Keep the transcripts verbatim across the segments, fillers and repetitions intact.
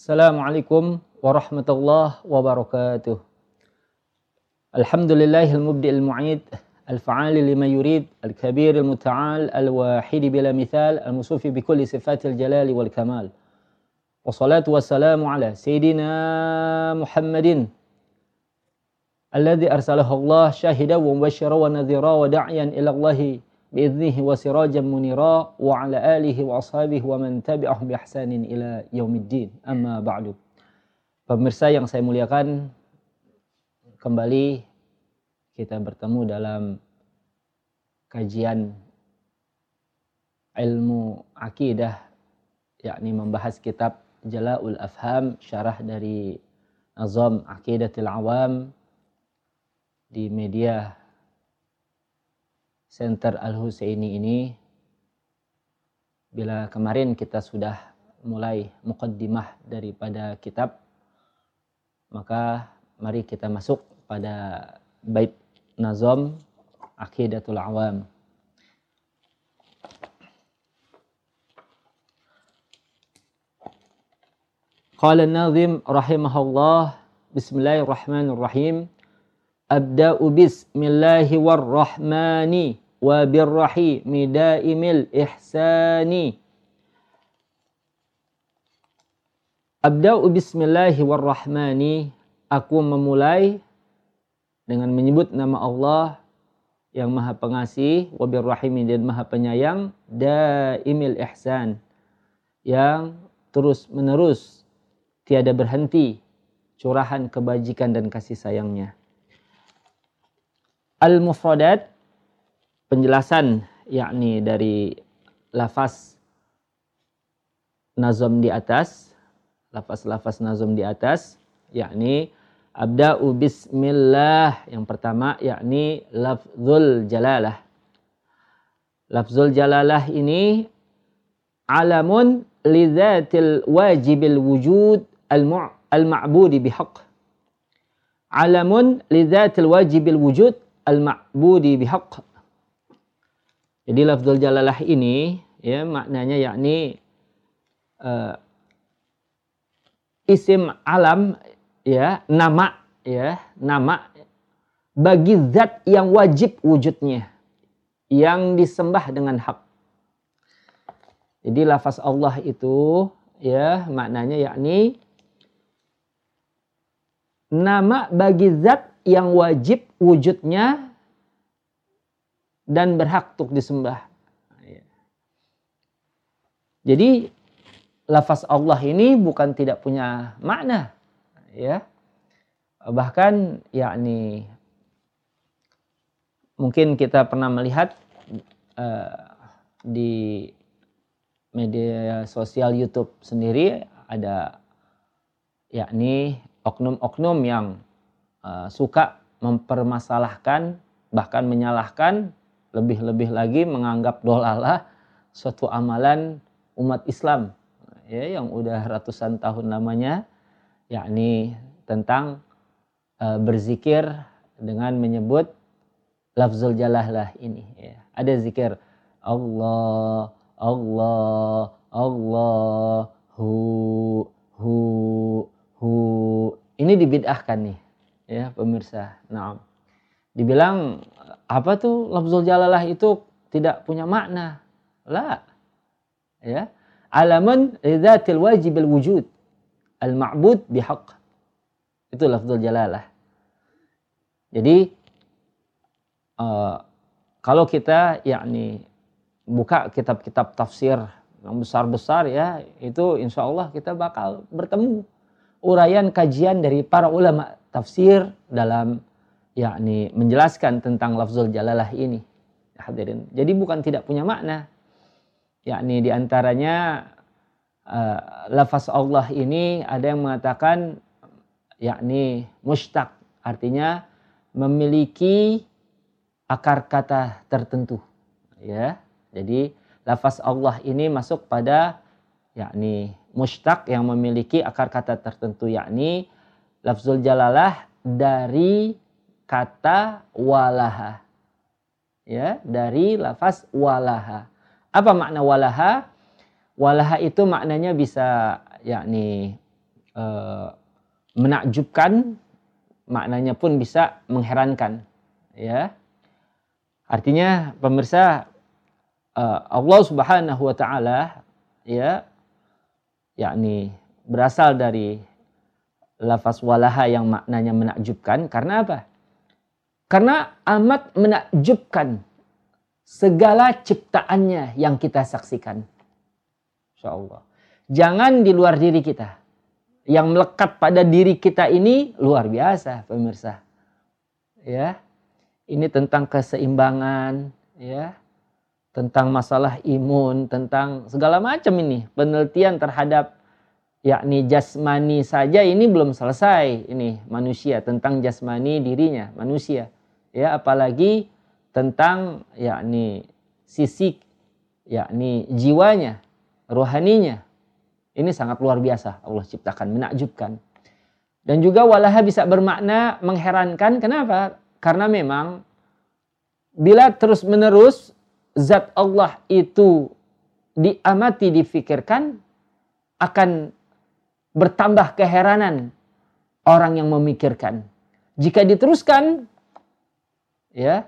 Assalamualaikum warahmatullahi wabarakatuh. Alhamdulillahil mubdi'il mu'id, al-fa'ali lima yurid, al-kabir al-muta'al, al-wahidi bila mithal, al-musufi bi kulli sifatil jalali wal kamal. Wassalatu wassalamu ala Sayyidina Muhammadin alladhi arsalahu Allah syahidan wa mubasysyiran wa nadhira wa da'iyan ila Allah bi'idhnihi wa sirajan munira wa ala alihi wa ashabihi wa man tabi'ahum bi ihsanin ila yaumiddin. Amma ba'du. Pemirsa yang saya muliakan, kembali kita bertemu dalam kajian ilmu akidah, yakni membahas kitab Jala'ul Afham, syarah dari Nazam Aqidatul Awam di media Center Al-Husaini ini. Bila kemarin kita sudah mulai muqaddimah daripada kitab, maka mari kita masuk pada bait Nazam Aqidatul Awam. Qala an-nazim rahimahullah, bismillahirrahmanirrahim. Abda'u bismillahi warrahmani wa birrahimi daimil ihsani. Abda'u bismillahi warrahmani, aku memulai dengan menyebut nama Allah yang Maha Pengasih, wa birrahimi, dan Maha Penyayang, daimil ihsan, yang terus menerus tiada berhenti curahan kebajikan dan kasih sayangnya. Al-mufradat, penjelasan yakni dari lafaz nazam di atas, lafaz-lafaz nazam di atas, yakni abda'u bismillah, yang pertama yakni lafzul jalalah. Lafzul jalalah ini alamun li dzatil wajibil wujud al-ma'budi bihaq. Alamun li dzatil wajibil wujud al-ma'budi bihaq. Jadi lafzul jalalah ini ya maknanya yakni uh, isim alam, ya, nama, ya, nama bagi zat yang wajib wujudnya, yang disembah dengan hak. Jadi lafaz Allah itu ya maknanya yakni nama bagi zat yang wajib wujudnya dan berhak untuk disembah. Jadi lafaz Allah ini bukan tidak punya makna, ya. Bahkan yakni mungkin kita pernah melihat uh, di media sosial YouTube sendiri ada yakni oknum-oknum yang uh, suka mempermasalahkan, bahkan menyalahkan, lebih-lebih lagi menganggap dolalah suatu amalan umat Islam, ya, yang udah ratusan tahun lamanya, yakni tentang uh, berzikir dengan menyebut lafzul jalalah ini, ya. Ada zikir Allah, Allah, Allah, hu, hu, hu. Ini dibid'ahkan nih, ya pemirsa. Nah, dibilang apa tuh lafzul jalalah itu tidak punya makna. La. Ya. Alamun lidzatil wajibil wujud al-ma'bud bihaq. Itu lafzul jalalah. Jadi uh, kalau kita yakni buka kitab-kitab tafsir yang besar-besar, ya, itu insya Allah kita bakal bertemu uraian kajian dari para ulama tafsir dalam yakni menjelaskan tentang lafzul jalalah ini, hadirin. Jadi bukan tidak punya makna, yakni diantaranya uh, lafaz Allah ini ada yang mengatakan yakni mushtaq, artinya memiliki akar kata tertentu, ya. Jadi lafaz Allah ini masuk pada yakni mushtaq yang memiliki akar kata tertentu, yakni lafzul jalalah dari kata walaha, ya, dari lafaz walaha. Apa makna walaha? Walaha itu maknanya bisa yakni uh, menakjubkan, maknanya pun bisa mengherankan, ya. Artinya pemirsa, uh, Allah Subhanahu wa taala, ya, yakni berasal dari lafaz walaha yang maknanya menakjubkan. Karena apa? Karena amat menakjubkan segala ciptaannya yang kita saksikan. Insya Allah. Jangan di luar diri kita. Yang melekat pada diri kita ini luar biasa, pemirsa. Ya. Ini tentang keseimbangan, ya. Tentang masalah imun, tentang segala macam ini. Penelitian terhadap yakni jasmani saja ini belum selesai, ini manusia, tentang jasmani dirinya manusia. Ya, apalagi tentang yakni sisi yakni jiwanya, rohaninya. Ini sangat luar biasa Allah ciptakan, menakjubkan. Dan juga walaha bisa bermakna mengherankan. Kenapa? Karena memang bila terus-menerus zat Allah itu diamati, difikirkan, akan bertambah keheranan orang yang memikirkan. Jika diteruskan, ya,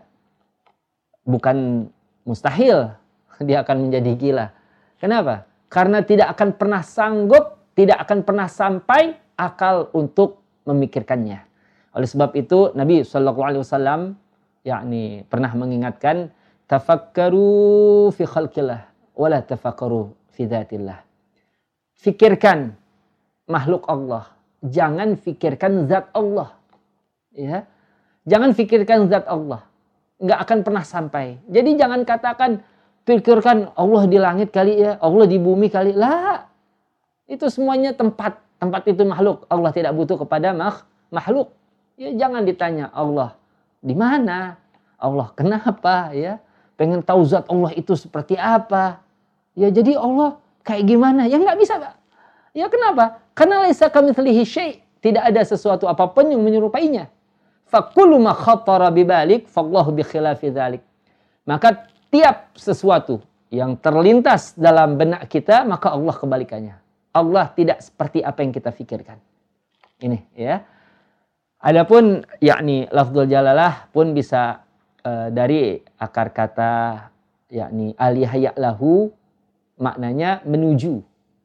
bukan mustahil dia akan menjadi gila. Kenapa? Karena tidak akan pernah sanggup, tidak akan pernah sampai akal untuk memikirkannya. Oleh sebab itu Nabi shallallahu alaihi wasallam yakni pernah mengingatkan, tafakkaru fi khalqillah wala tafakkaru fi dzatillah. Fikirkan makhluk Allah, jangan fikirkan zat Allah. Ya. Jangan fikirkan zat Allah. Nggak akan pernah sampai. Jadi jangan katakan pikirkan Allah di langit kali ya, Allah di bumi kali. Lah. Itu semuanya tempat. Tempat itu makhluk. Allah tidak butuh kepada makh, makhluk. Ya jangan ditanya Allah di mana? Allah kenapa ya? Pengen tahu zat Allah itu seperti apa? Ya jadi Allah kayak gimana? Ya nggak bisa, Pak. Ya kenapa? Karena laisa kamitslihi syai', tidak ada sesuatu apapun yang menyerupainya. Fa kullu ma khatara bibalik fallahu bi khilafi dzalik. Maka tiap sesuatu yang terlintas dalam benak kita, maka Allah kebalikannya. Allah tidak seperti apa yang kita pikirkan. Ini ya. Adapun yakni lafzul jalalah pun bisa uh, dari akar kata yakni alihya lahu, maknanya menuju.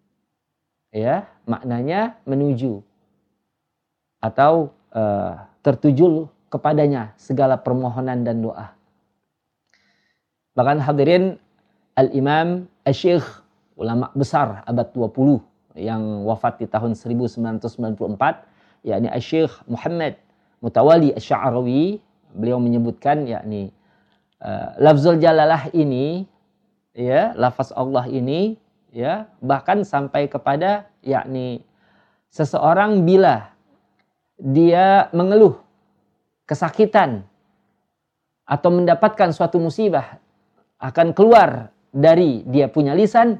Ya, maknanya menuju atau uh, tertuju kepadanya segala permohonan dan doa. Bahkan hadirin, Al-Imam Asy-Syaikh, ulama besar abad dua puluh yang wafat di tahun seribu sembilan ratus sembilan puluh empat, yakni Asy-Syaikh Muhammad Mutawalli Asy-Sya'rawi, beliau menyebutkan yakni uh, lafzul jalalah ini, ya, lafaz Allah ini, ya, bahkan sampai kepada yakni seseorang bila dia mengeluh kesakitan atau mendapatkan suatu musibah, akan keluar dari dia punya lisan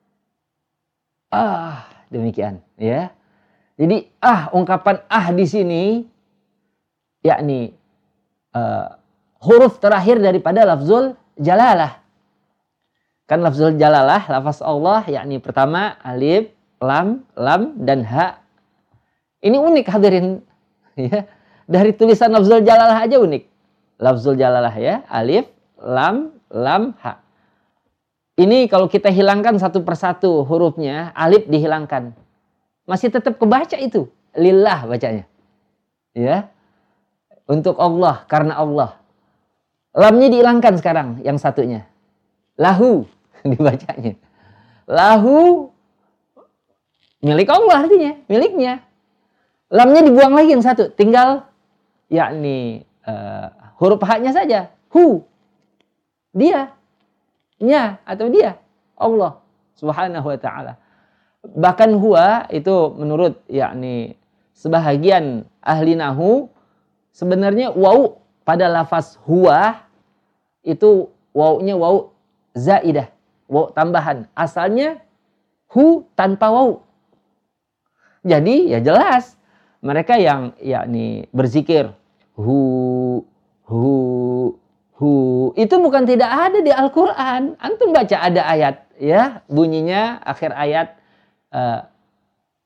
ah, demikian, ya. Jadi ah, ungkapan ah di sini yakni uh, huruf terakhir daripada lafzul jalalah. Kan lafzul jalalah, lafaz Allah yakni pertama alif, lam, lam dan ha. Ini unik hadirin, ya. Dari tulisan lafzul jalalah aja unik. Lafzul jalalah ya, alif, lam, lam, ha. Ini kalau kita hilangkan satu persatu hurufnya, alif dihilangkan, masih tetap kebaca itu. Lillah bacanya. Ya. Untuk Allah, karena Allah. Lamnya dihilangkan sekarang yang satunya. Lahu dibacanya. Lahu milik Allah artinya, miliknya. Lamnya dibuang lagi yang satu, tinggal yakni uh, huruf ha-nya saja. Hu. Dia. Nya atau dia. Allah Subhanahu wa taala. Bahkan huwa itu menurut yakni sebahagian ahli nahu, sebenarnya wau pada lafaz huwa itu waunya wau zaidah, wau tambahan. Asalnya hu tanpa wau. Jadi ya jelas mereka yang yakni berzikir hu hu hu itu bukan tidak ada di Al-Qur'an. Antum baca ada ayat ya, bunyinya akhir ayat uh,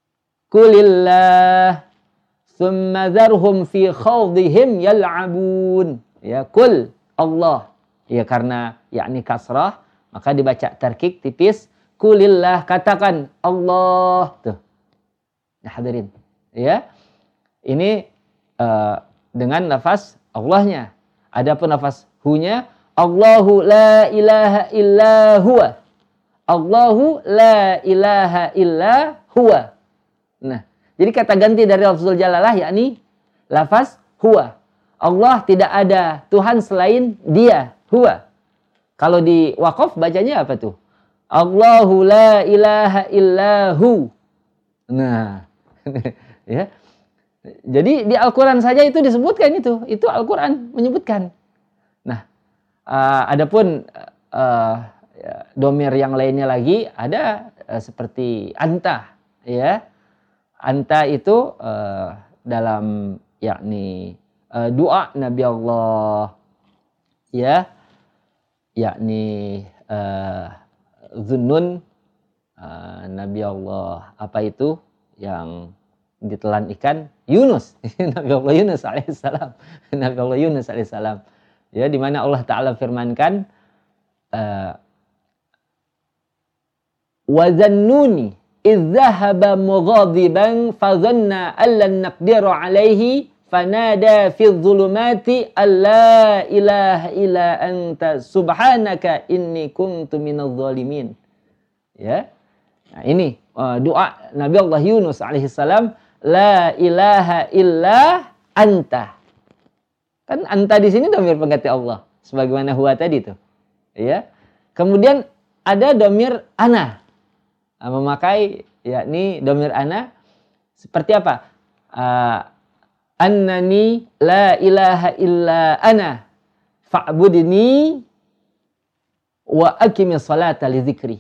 Kulillah thumma dharhum fi khawdihim yal'abun. Ya, kul Allah. Ya, karena yakni kasrah maka dibaca tarkik tipis. Kulillah, katakan Allah. Tuh. Nah, hadirin. Ya. Ini uh, dengan lafaz Allahnya. Adapun lafaz hu-nya, Allahu la ilaha illa huwa. Allahu la ilaha illa huwa. Nah, jadi kata ganti dari lafzul jalalah yakni lafaz huwa. Allah tidak ada Tuhan selain Dia, huwa. Kalau di waqaf bacanya apa tuh? Allahu la ilaha illa hu. Nah, ya. Jadi di Al-Qur'an saja itu disebutkan itu, itu Al-Qur'an menyebutkan. Nah, uh, adapun uh, domir yang lainnya lagi ada uh, seperti anta, ya. Anta itu uh, dalam yakni uh, doa Nabi Allah, ya, yakni uh, Zunnun uh, Nabi Allah apa itu yang ditelan ikan? Yunus. Nabi Allah Yunus alaihissalam. Nabi Allah Yunus alaihissalam. Ya, di mana Allah Ta'ala firmankan uh, wa zannuni idh dhahaba mughadiban fa dhanna an lan naqdira alaihi fanada fi dhulumati alla ilaha illa anta subhanaka inni kuntu minadh dhalimin. Ya. Nah, ini uh, doa Nabi Allah Yunus alaihi salam, la ilaha illa anta. Kan anta di sini dhamir pengganti Allah sebagaimana huwa tadi tuh. Ya. Kemudian ada dhamir ana. Nah, memakai yakni dhamir ana seperti apa? Uh, annani la ilaha illa ana fa'budni wa aqimi salata li dzikri.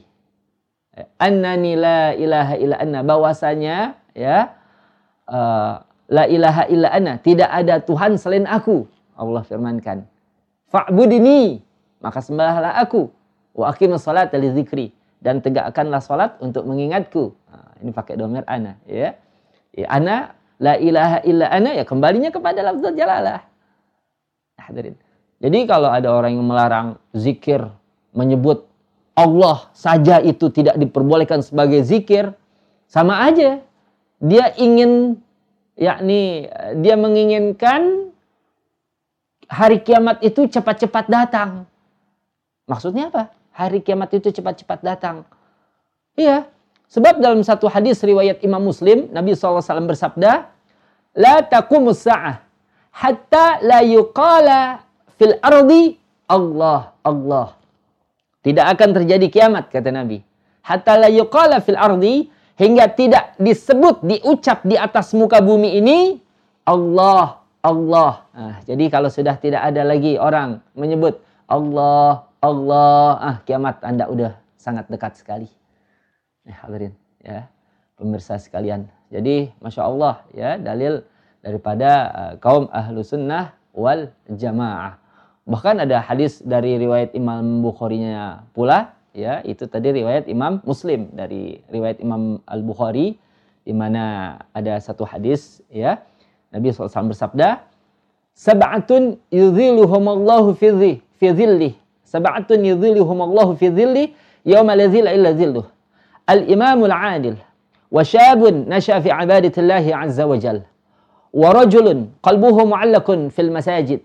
Annani la ilaha illa ana, bahwasanya ya uh, la ilaha illa ana, tidak ada Tuhan selain aku. Allah firmankan. Fa'budni, maka sembahlah aku. Wa aqimi salata li dzikri, dan tegakkanlah salat untuk mengingatku. Nah, ini pakai dhamir ana, ya. Ya, ana la ilaha illa ana, ya kembalinya kepada lafzul jalalah. Hadirin. Jadi kalau ada orang yang melarang zikir, menyebut Allah saja itu tidak diperbolehkan sebagai zikir, sama aja. Dia ingin, yakni dia menginginkan hari kiamat itu cepat-cepat datang. Maksudnya apa? Hari kiamat itu cepat-cepat datang. Iya. Sebab dalam satu hadis riwayat Imam Muslim, Nabi shallallahu alaihi wasallam bersabda, la taqumus sa'ah hatta la yuqala fil ardi Allah, Allah. Tidak akan terjadi kiamat, kata Nabi. Hatta la yuqala fil ardi, hingga tidak disebut, diucap di atas muka bumi ini, Allah, Allah. Nah, jadi kalau sudah tidak ada lagi orang menyebut Allah, Allah, ah kiamat Anda udah sangat dekat sekali. Nah, hadirin, ya, pemirsa sekalian. Jadi, Masya Allah, ya, dalil daripada uh, kaum ahlu sunnah wal jamaah. Bahkan ada hadis dari riwayat Imam Bukhari-nya pula, ya, itu tadi riwayat Imam Muslim dari riwayat Imam Al-Bukhari, di mana ada satu hadis, ya, Nabi shallallahu alaihi wasallam bersabda, sab'atun yudhiluhumallahu fi dhillih, sab'atun yudhiluhumallahu fi dhillih, yawma la dhilla illa dhilluh, al-imamul adil, wa syabun nasha fi ibadatillahi azza wa jal, wa rajulun qalbuhu mu'allakun fil masajid,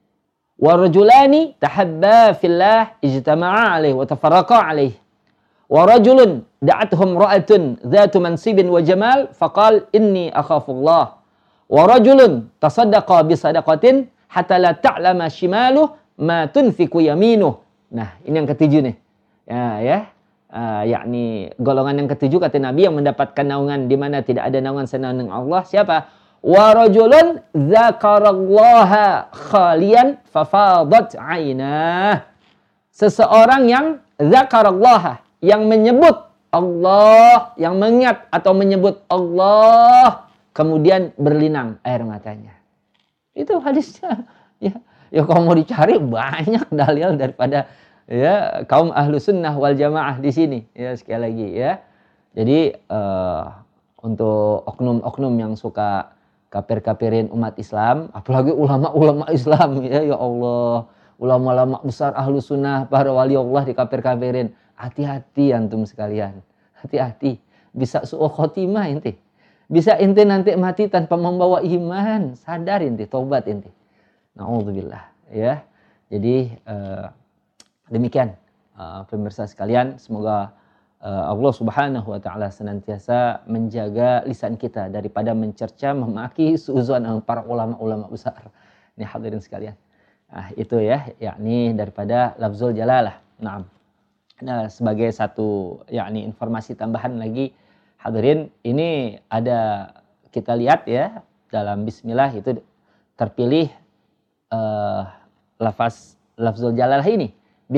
ورجلان تحبا في الله اجتمعا عليه وتفرقا عليه ورجل دعته امرأة ذات منصب وجمال فقال إني أخاف الله ورجل تصدق بصدقة حتى لا تعلم شماله ما تنفق يمينه. Nah, ini yang ketujuh nih. Ya, ya. Uh, yakni golongan yang ketujuh kata Nabi yang mendapatkan naungan di mana tidak ada naungan selain naungan Allah. Siapa? Wa rajulun dzakarallaha khalian fafadat 'ainah. Seseorang yang dzakarallaha, yang menyebut Allah, yang mengingat atau menyebut Allah, kemudian berlinang air matanya. Itu hadisnya. Ya, ya kalau mau dicari banyak dalil daripada ya kaum ahlu sunnah wal jamaah di sini. Ya, sekali lagi ya. Jadi uh, untuk oknum-oknum yang suka kafir-kafirin umat Islam, apalagi ulama-ulama Islam, ya, ya Allah, ulama-ulama besar ahlu sunnah, para wali Allah dikafir-kafirin. Hati-hati antum sekalian, hati-hati, bisa su'ul khotimah inti, bisa inti nanti mati tanpa membawa iman, sadar inti, tobat inti. Na'udzubillah, ya. Jadi uh, demikian uh, pemirsa sekalian, semoga uh, Allah Subhanahu wa taala senantiasa menjaga lisan kita daripada mencerca, memaki, suuzon para ulama-ulama besar. Ini hadirin sekalian. Nah, itu ya, yakni daripada lafzul jalalah. Naam. Nah, sebagai satu yakni informasi tambahan lagi, hadirin, ini ada kita lihat ya dalam bismillah itu terpilih uh, lafaz lafzul jalalah ini.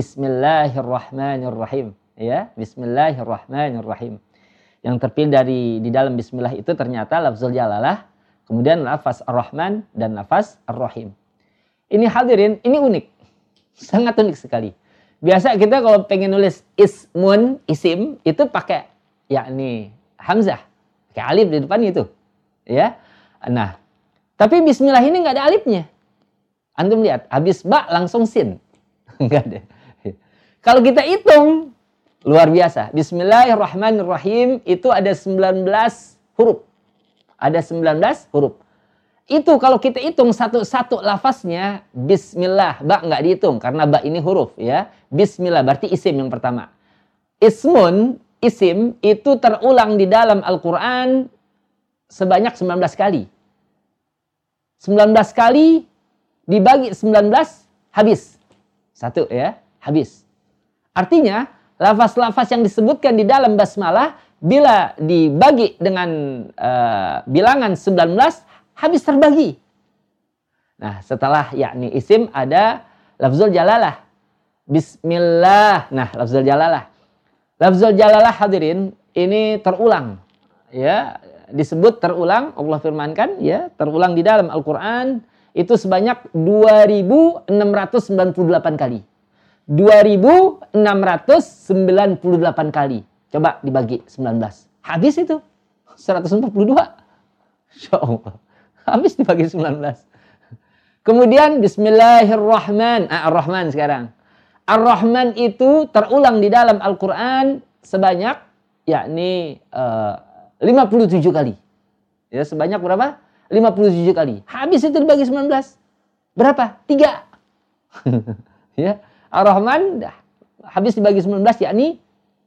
Bismillahirrahmanirrahim, ya, Bismillahirrahmanirrahim. Yang terpilih dari di dalam bismillah itu ternyata lafzul jalalah, kemudian lafaz ar-Rahman dan lafaz ar-Rahim. Ini hadirin, ini unik. Sangat unik sekali. Biasa kita kalau pengen nulis ismun, isim, itu pakai yakni hamzah, pakai alif di depan itu. Ya. Nah, tapi bismillah ini nggak ada alifnya. Antum lihat, habis ba langsung sin. Enggak ada. Kalau kita hitung, luar biasa. Bismillahirrahmanirrahim itu ada sembilan belas huruf. Ada sembilan belas huruf. Itu kalau kita hitung satu-satu lafaznya, bismillah. Ba enggak dihitung karena ba ini huruf, ya. Bismillah berarti isim yang pertama. Ismun, isim itu terulang di dalam Al-Qur'an sebanyak sembilan belas kali. sembilan belas kali dibagi sembilan belas habis. Satu ya, habis. Artinya, lafaz-lafaz yang disebutkan di dalam basmalah bila dibagi dengan uh, bilangan sembilan belas habis terbagi. Nah, setelah yakni isim ada lafzul jalalah. Bismillah. Nah, lafzul jalalah. Lafzul jalalah hadirin ini terulang. Ya, disebut terulang, Allah firmankan ya, terulang di dalam Al-Qur'an itu sebanyak dua ribu enam ratus sembilan puluh delapan kali. dua ribu enam ratus sembilan puluh delapan kali. Coba dibagi sembilan belas. Habis itu. seratus empat puluh dua. Insya Allah. Habis dibagi sembilan belas. Kemudian Bismillahirrahman. Ah, Ar-Rahman sekarang. Ar-Rahman itu terulang di dalam Al-Quran sebanyak yakni uh, lima puluh tujuh kali. Ya, sebanyak berapa? lima puluh tujuh kali. Habis itu dibagi sembilan belas. Berapa? tiga. Ya. Ar-Rahman habis dibagi sembilan belas yakni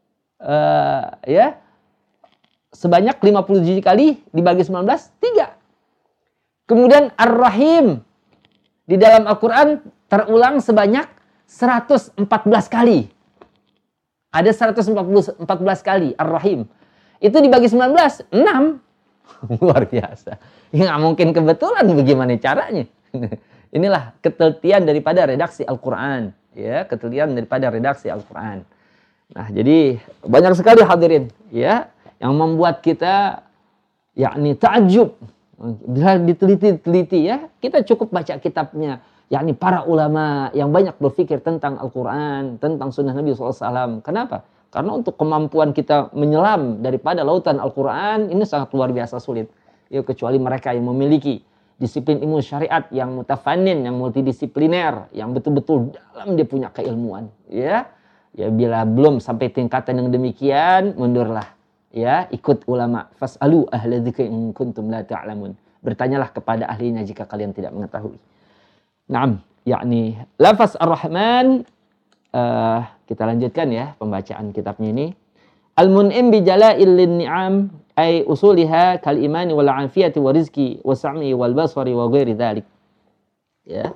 uh, ya sebanyak lima puluh tujuh kali dibagi sembilan belas, tiga. Kemudian Ar-Rahim di dalam Al-Quran terulang sebanyak seratus empat belas kali. Ada seratus empat belas kali Ar-Rahim. Itu dibagi sembilan belas, enam. Luar biasa. Ya nggak mungkin kebetulan, bagaimana caranya? Inilah ketelitian daripada redaksi Al-Quran. Ya, ketelitian daripada redaksi Al-Quran. Nah, jadi banyak sekali hadirin, ya, yang membuat kita yakni ta'ajub. Bila diteliti-teliti ya, kita cukup baca kitabnya, yakni para ulama yang banyak berpikir tentang Al-Quran, tentang sunnah Nabi shallallahu alaihi wasallam. Kenapa? Karena untuk kemampuan kita menyelam daripada lautan Al-Quran ini sangat luar biasa sulit. Ya, kecuali mereka yang memiliki disiplin ilmu syariat yang mutafannin, yang multidisipliner, yang betul-betul dalam dia punya keilmuan. Ya, ya bila belum sampai tingkatan yang demikian, mundurlah. Ya, ikut ulama. Fas'alu ahla dzikri in kuntum la ta'lamun. Bertanyalah kepada ahlinya jika kalian tidak mengetahui. Naam, yakni lafaz Ar-Rahman, uh, kita lanjutkan ya pembacaan kitabnya ini. Al-mun'im bi jala'il lin-ni'am ay usuliha kal imani wal afiyati wa rizqi wa sam'i wal basari wa ghairi dzalik. Ya.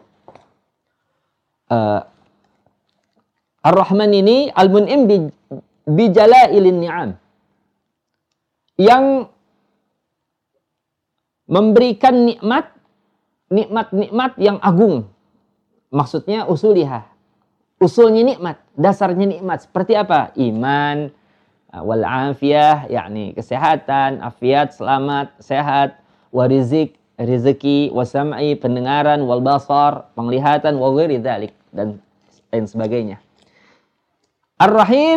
Uh, Ar-Rahman ini al-mun'im bi, bi jala'ilin ni'am. Yang memberikan nikmat, nikmat-nikmat yang agung. Maksudnya usuliha. Usulnya nikmat, dasarnya nikmat. Seperti apa? Iman, wal afiyah, yakni kesehatan, afiat, selamat, sehat, wa rizq, rezeki, wa sam'i, pendengaran, wal basar, penglihatan, wa ghairi dzalik, dan lain sebagainya. Ar-Rahim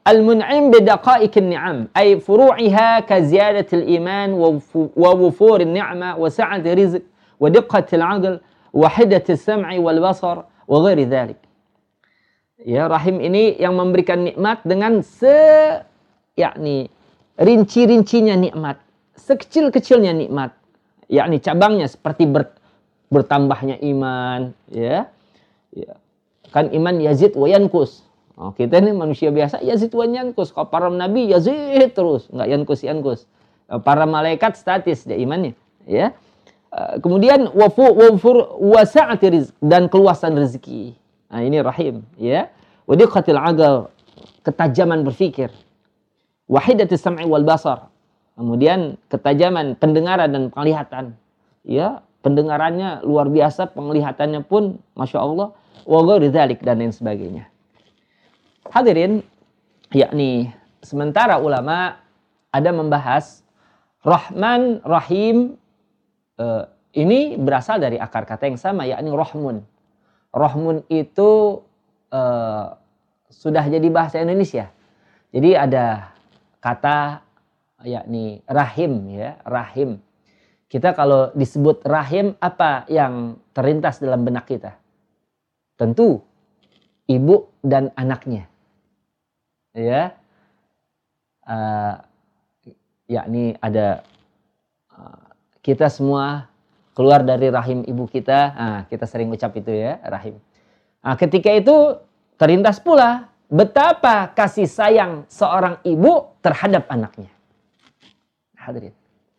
al-mun'im bidaqa'ikin ni'am ay furu'iha ka ziyadatil iman wa wufurin ni'mah wa sa'atir rizq wa diqqatil 'aql wa hiddatis sam'i wal basar wa ghairi dzalik. Ya, rahim ini yang memberikan nikmat dengan se yakni rinci-rincinya nikmat, sekecil-kecilnya nikmat. Yakni cabangnya seperti ber, bertambahnya iman, ya. Ya. Kan iman yazid wa yankus. Oh, kita ini manusia biasa yazid wa yankus. Kalau para nabi yazid terus, enggak yankus yankus. Para malaikat statis dia imannya, ya. Kemudian wafu wafur wasa'ati rizq dan keluasan rezeki. Nah, ini rahim, ya. Wa diqqatil 'aql, ketajaman berpikir. Wahidatis sam'i wal basar. Kemudian ketajaman pendengaran dan penglihatan. Ya, pendengarannya luar biasa, penglihatannya pun Masya Allah. Wa ghairi dzalik dan lain sebagainya. Hadirin, yakni sementara ulama ada membahas Rahman, Rahim, eh, ini berasal dari akar kata yang sama, yakni Rahmun. Rahmun itu eh, sudah jadi bahasa Indonesia. Jadi ada kata yakni rahim, ya, rahim. Kita kalau disebut rahim, apa yang terlintas dalam benak kita? Tentu ibu dan anaknya, ya. Uh, yakni ada uh, kita semua keluar dari rahim ibu kita. Nah, kita sering ucap itu, ya, rahim. Nah, ketika itu terlintas pula betapa kasih sayang seorang ibu terhadap anaknya. Hadirin.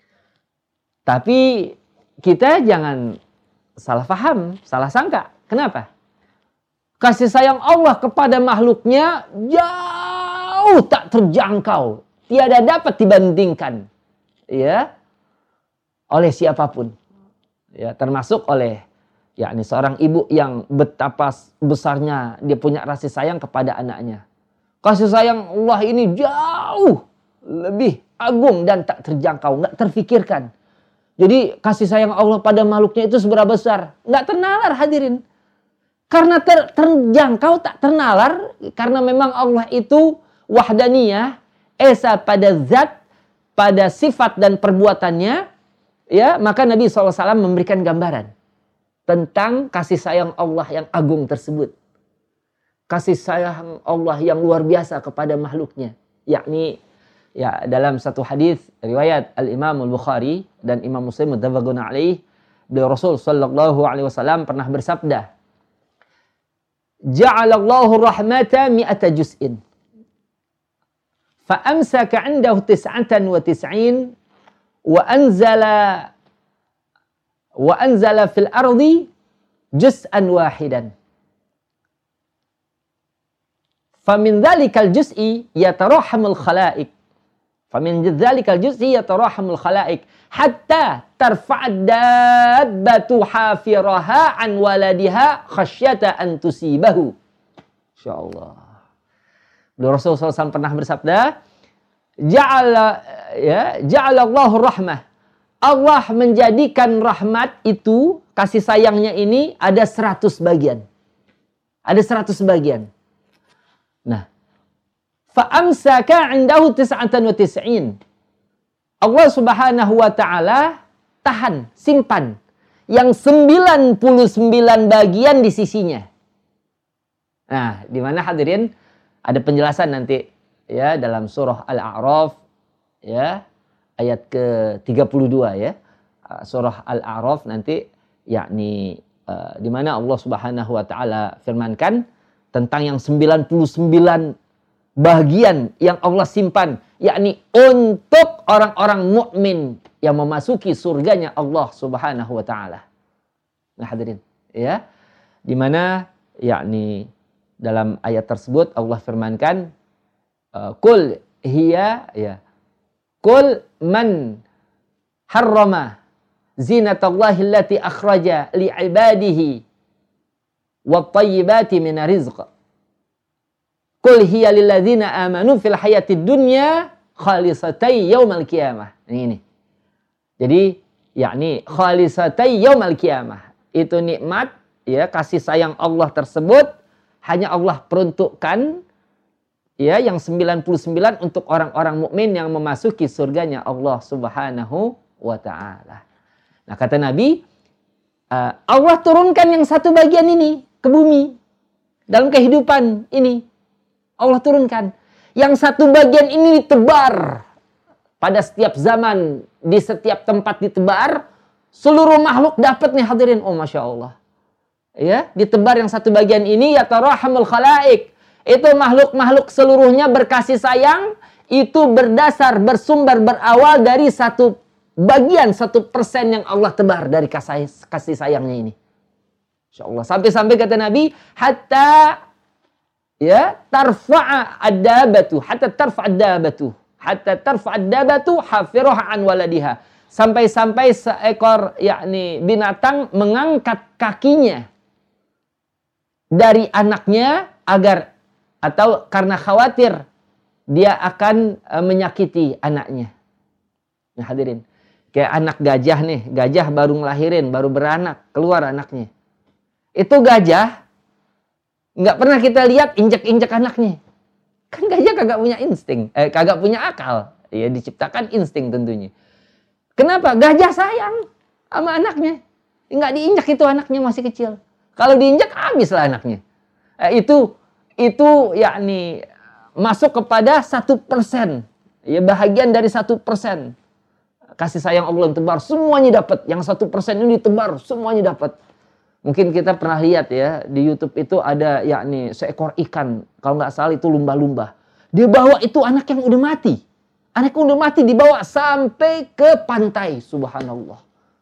Tapi kita jangan salah faham, salah sangka. Kenapa? Kasih sayang Allah kepada makhluknya jauh tak terjangkau, tiada dapat dibandingkan, ya, oleh siapapun. Ya, termasuk oleh yakni seorang ibu yang betapa besarnya dia punya kasih sayang kepada anaknya. Kasih sayang Allah ini jauh lebih agung dan tak terjangkau, nggak terfikirkan. Jadi kasih sayang Allah pada makhluknya itu seberapa besar, nggak ternalar, hadirin. Karena ter, terjangkau, tak ternalar, karena memang Allah itu wahdaniyah, esa pada zat, pada sifat dan perbuatannya, ya, maka Nabi shallallahu alaihi wasallam memberikan gambaran tentang kasih sayang Allah yang agung tersebut. Kasih sayang Allah yang luar biasa kepada makhluknya, yakni, ya, dalam satu hadis riwayat Al-Imam Al-Bukhari dan Imam Muslim muttafaqun alaih, beliau Rasul sallallahu alaihi wasallam pernah bersabda, "Ja'alallahu rahmata mi'ata juz'in. Fa amsaka 'indahu tis'atan wa tis'in wa anzala wa anzala fil ardi juz'an wahidan. Fa min dzalikal juz'i yatarahamul khalaiq." Famin dzalikal juz'i yatarahamul khalaiq hatta tarfa'ad dabbatu hafiraha an waladiha khasyata an tusibahu. Insyaallah. Beliau Rasulullah shallallahu alaihi wasallam pernah bersabda, Ja'ala ya, ja'alallahu rahmah. Allah menjadikan rahmat itu, kasih sayangnya ini ada seratus bagian. Ada seratus bagian. Nah, fa'amsaka 'indahu tis'atan wa tis'in. Allah Subhanahu wa taala tahan, simpan yang sembilan puluh sembilan bagian di sisinya. Nah, di mana hadirin ada penjelasan nanti, ya, dalam surah Al-A'raf, ya, ayat ke tiga puluh dua, ya. Surah Al-A'raf nanti, yakni uh, di mana Allah Subhanahu wa taala firmankan tentang yang sembilan puluh sembilan bagian yang Allah simpan, yakni untuk orang-orang mukmin yang memasuki surganya Allah Subhanahu wa taala. Nah, hadirin, ya. Di mana yakni dalam ayat tersebut Allah firmankan, Qul hiya, ya. Qul man harrama zinatallahi allati akhraja li'ibadihi wat tayyibati minar rizq. Qul hiya lilladzina amanu fil hayatid dunya khalisatai yaumal qiyamah. Ini. Jadi yakni khalisatai yaumal qiyamah. Itu nikmat, ya, kasih sayang Allah tersebut hanya Allah peruntukkan, ya yang sembilan puluh sembilan untuk orang-orang mukmin yang memasuki surganya Allah Subhanahu wa taala. Nah, kata Nabi, uh, Allah turunkan yang satu bagian ini ke bumi dalam kehidupan ini. Allah turunkan. Yang satu bagian ini ditebar pada setiap zaman, di setiap tempat ditebar, seluruh makhluk dapat nih hadirin. Oh, Masya Allah. Ya, ditebar yang satu bagian ini, ya tarahamul khalaik. Itu makhluk-makhluk seluruhnya berkasih sayang, itu berdasar, bersumber, berawal dari satu bagian, satu persen yang Allah tebar dari kasih, kasih sayangnya ini. Insya Allah. Sampai-sampai kata Nabi, hatta ya tarfa'a ad-dabatu, hatta tarfa'a ad-dabatu, hatta tarfa'a ad-dabatu hafiraha an waladiha. Sampai-sampai seekor yakni binatang mengangkat kakinya dari anaknya agar atau karena khawatir dia akan uh, menyakiti anaknya. Nah, hadirin, kayak anak gajah nih, gajah baru ngelahirin, baru beranak, keluar anaknya. Itu gajah nggak pernah kita lihat injek-injek anaknya. Kan gajah kagak punya insting, eh, kagak punya akal. Ya diciptakan insting tentunya. Kenapa? Gajah sayang sama anaknya. Nggak diinjak itu anaknya masih kecil. Kalau diinjak habislah anaknya. Eh, itu itu yakni masuk kepada satu persen. Ya bahagian dari satu persen. Kasih sayang Allah yang tebar, semuanya dapat. Yang satu persen ini ditebar, semuanya dapat. Mungkin kita pernah lihat ya di YouTube itu ada yakni seekor ikan, kalau nggak salah itu lumba-lumba. Dia bawa itu anak yang udah mati. Anak yang udah mati dibawa sampai ke pantai. Subhanallah.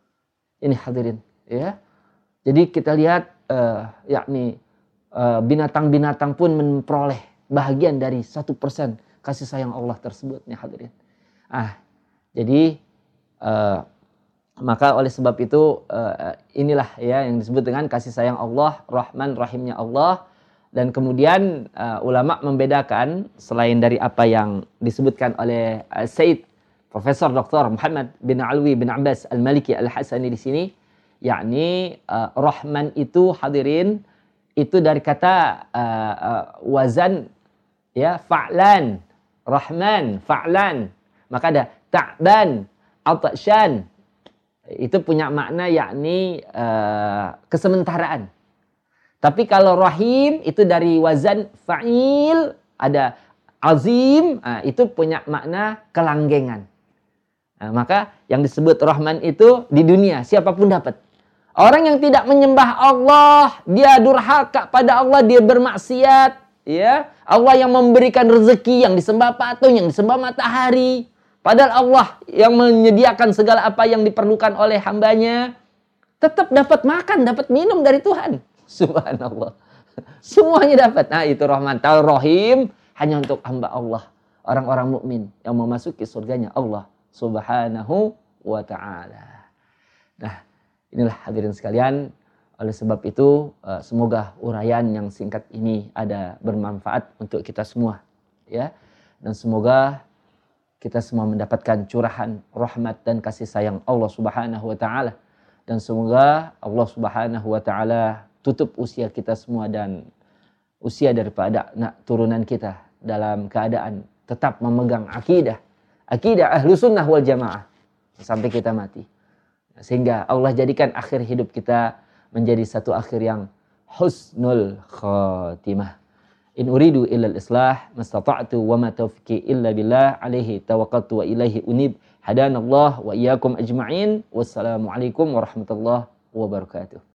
Ini hadirin, ya. Jadi kita lihat uh, yakni uh, binatang-binatang pun memperoleh bahagian dari satu persen kasih sayang Allah tersebut, nih hadirin. Ah, jadi uh, maka oleh sebab itu uh, inilah ya yang disebut dengan kasih sayang Allah, Rahman Rahimnya Allah. Dan kemudian uh, ulama membedakan selain dari apa yang disebutkan oleh uh, Said Profesor Doktor Muhammad bin Alwi bin Abbas Al-Maliki Al-Hasani di sini, yakni uh, Rahman itu hadirin itu dari kata uh, uh, wazan ya fa'lan, Rahman, fa'lan. Maka ada ta'ban, atasyan. Itu punya makna yakni uh, kesementaraan. Tapi kalau rahim itu dari wazan fa'il, ada azim, nah, itu punya makna kelanggengan. Nah, maka yang disebut Rahman itu di dunia siapapun dapat. Orang yang tidak menyembah Allah, dia durhaka pada Allah, dia bermaksiat, ya. Allah yang memberikan rezeki, yang disembah patung, yang disembah matahari. Padahal Allah yang menyediakan segala apa yang diperlukan oleh hambanya, tetap dapat makan, dapat minum dari Tuhan. Subhanallah. Semuanya dapat. Nah, itu Rahman. Tal Rahim hanya untuk hamba Allah, orang-orang mukmin yang memasuki surganya Allah Subhanahu wa taala. Nah, inilah hadirin sekalian, oleh sebab itu semoga uraian yang singkat ini ada bermanfaat untuk kita semua, ya. Dan semoga kita semua mendapatkan curahan rahmat dan kasih sayang Allah Subhanahu wa taala. Dan semoga Allah Subhanahu wa taala tutup usia kita semua dan usia daripada anak turunan kita dalam keadaan tetap memegang akidah. Akidah ahlu sunnah wal jamaah. Sampai kita mati. Sehingga Allah jadikan akhir hidup kita menjadi satu akhir yang husnul khatimah. In uridu illa al-islah mastata'tu wa ma taufiqi illa billah alaihi tawakkaltu wa ilaihi unib. Hadanallah wa iyyakum ajma'in. Wassalamualaikum warahmatullahi wabarakatuh.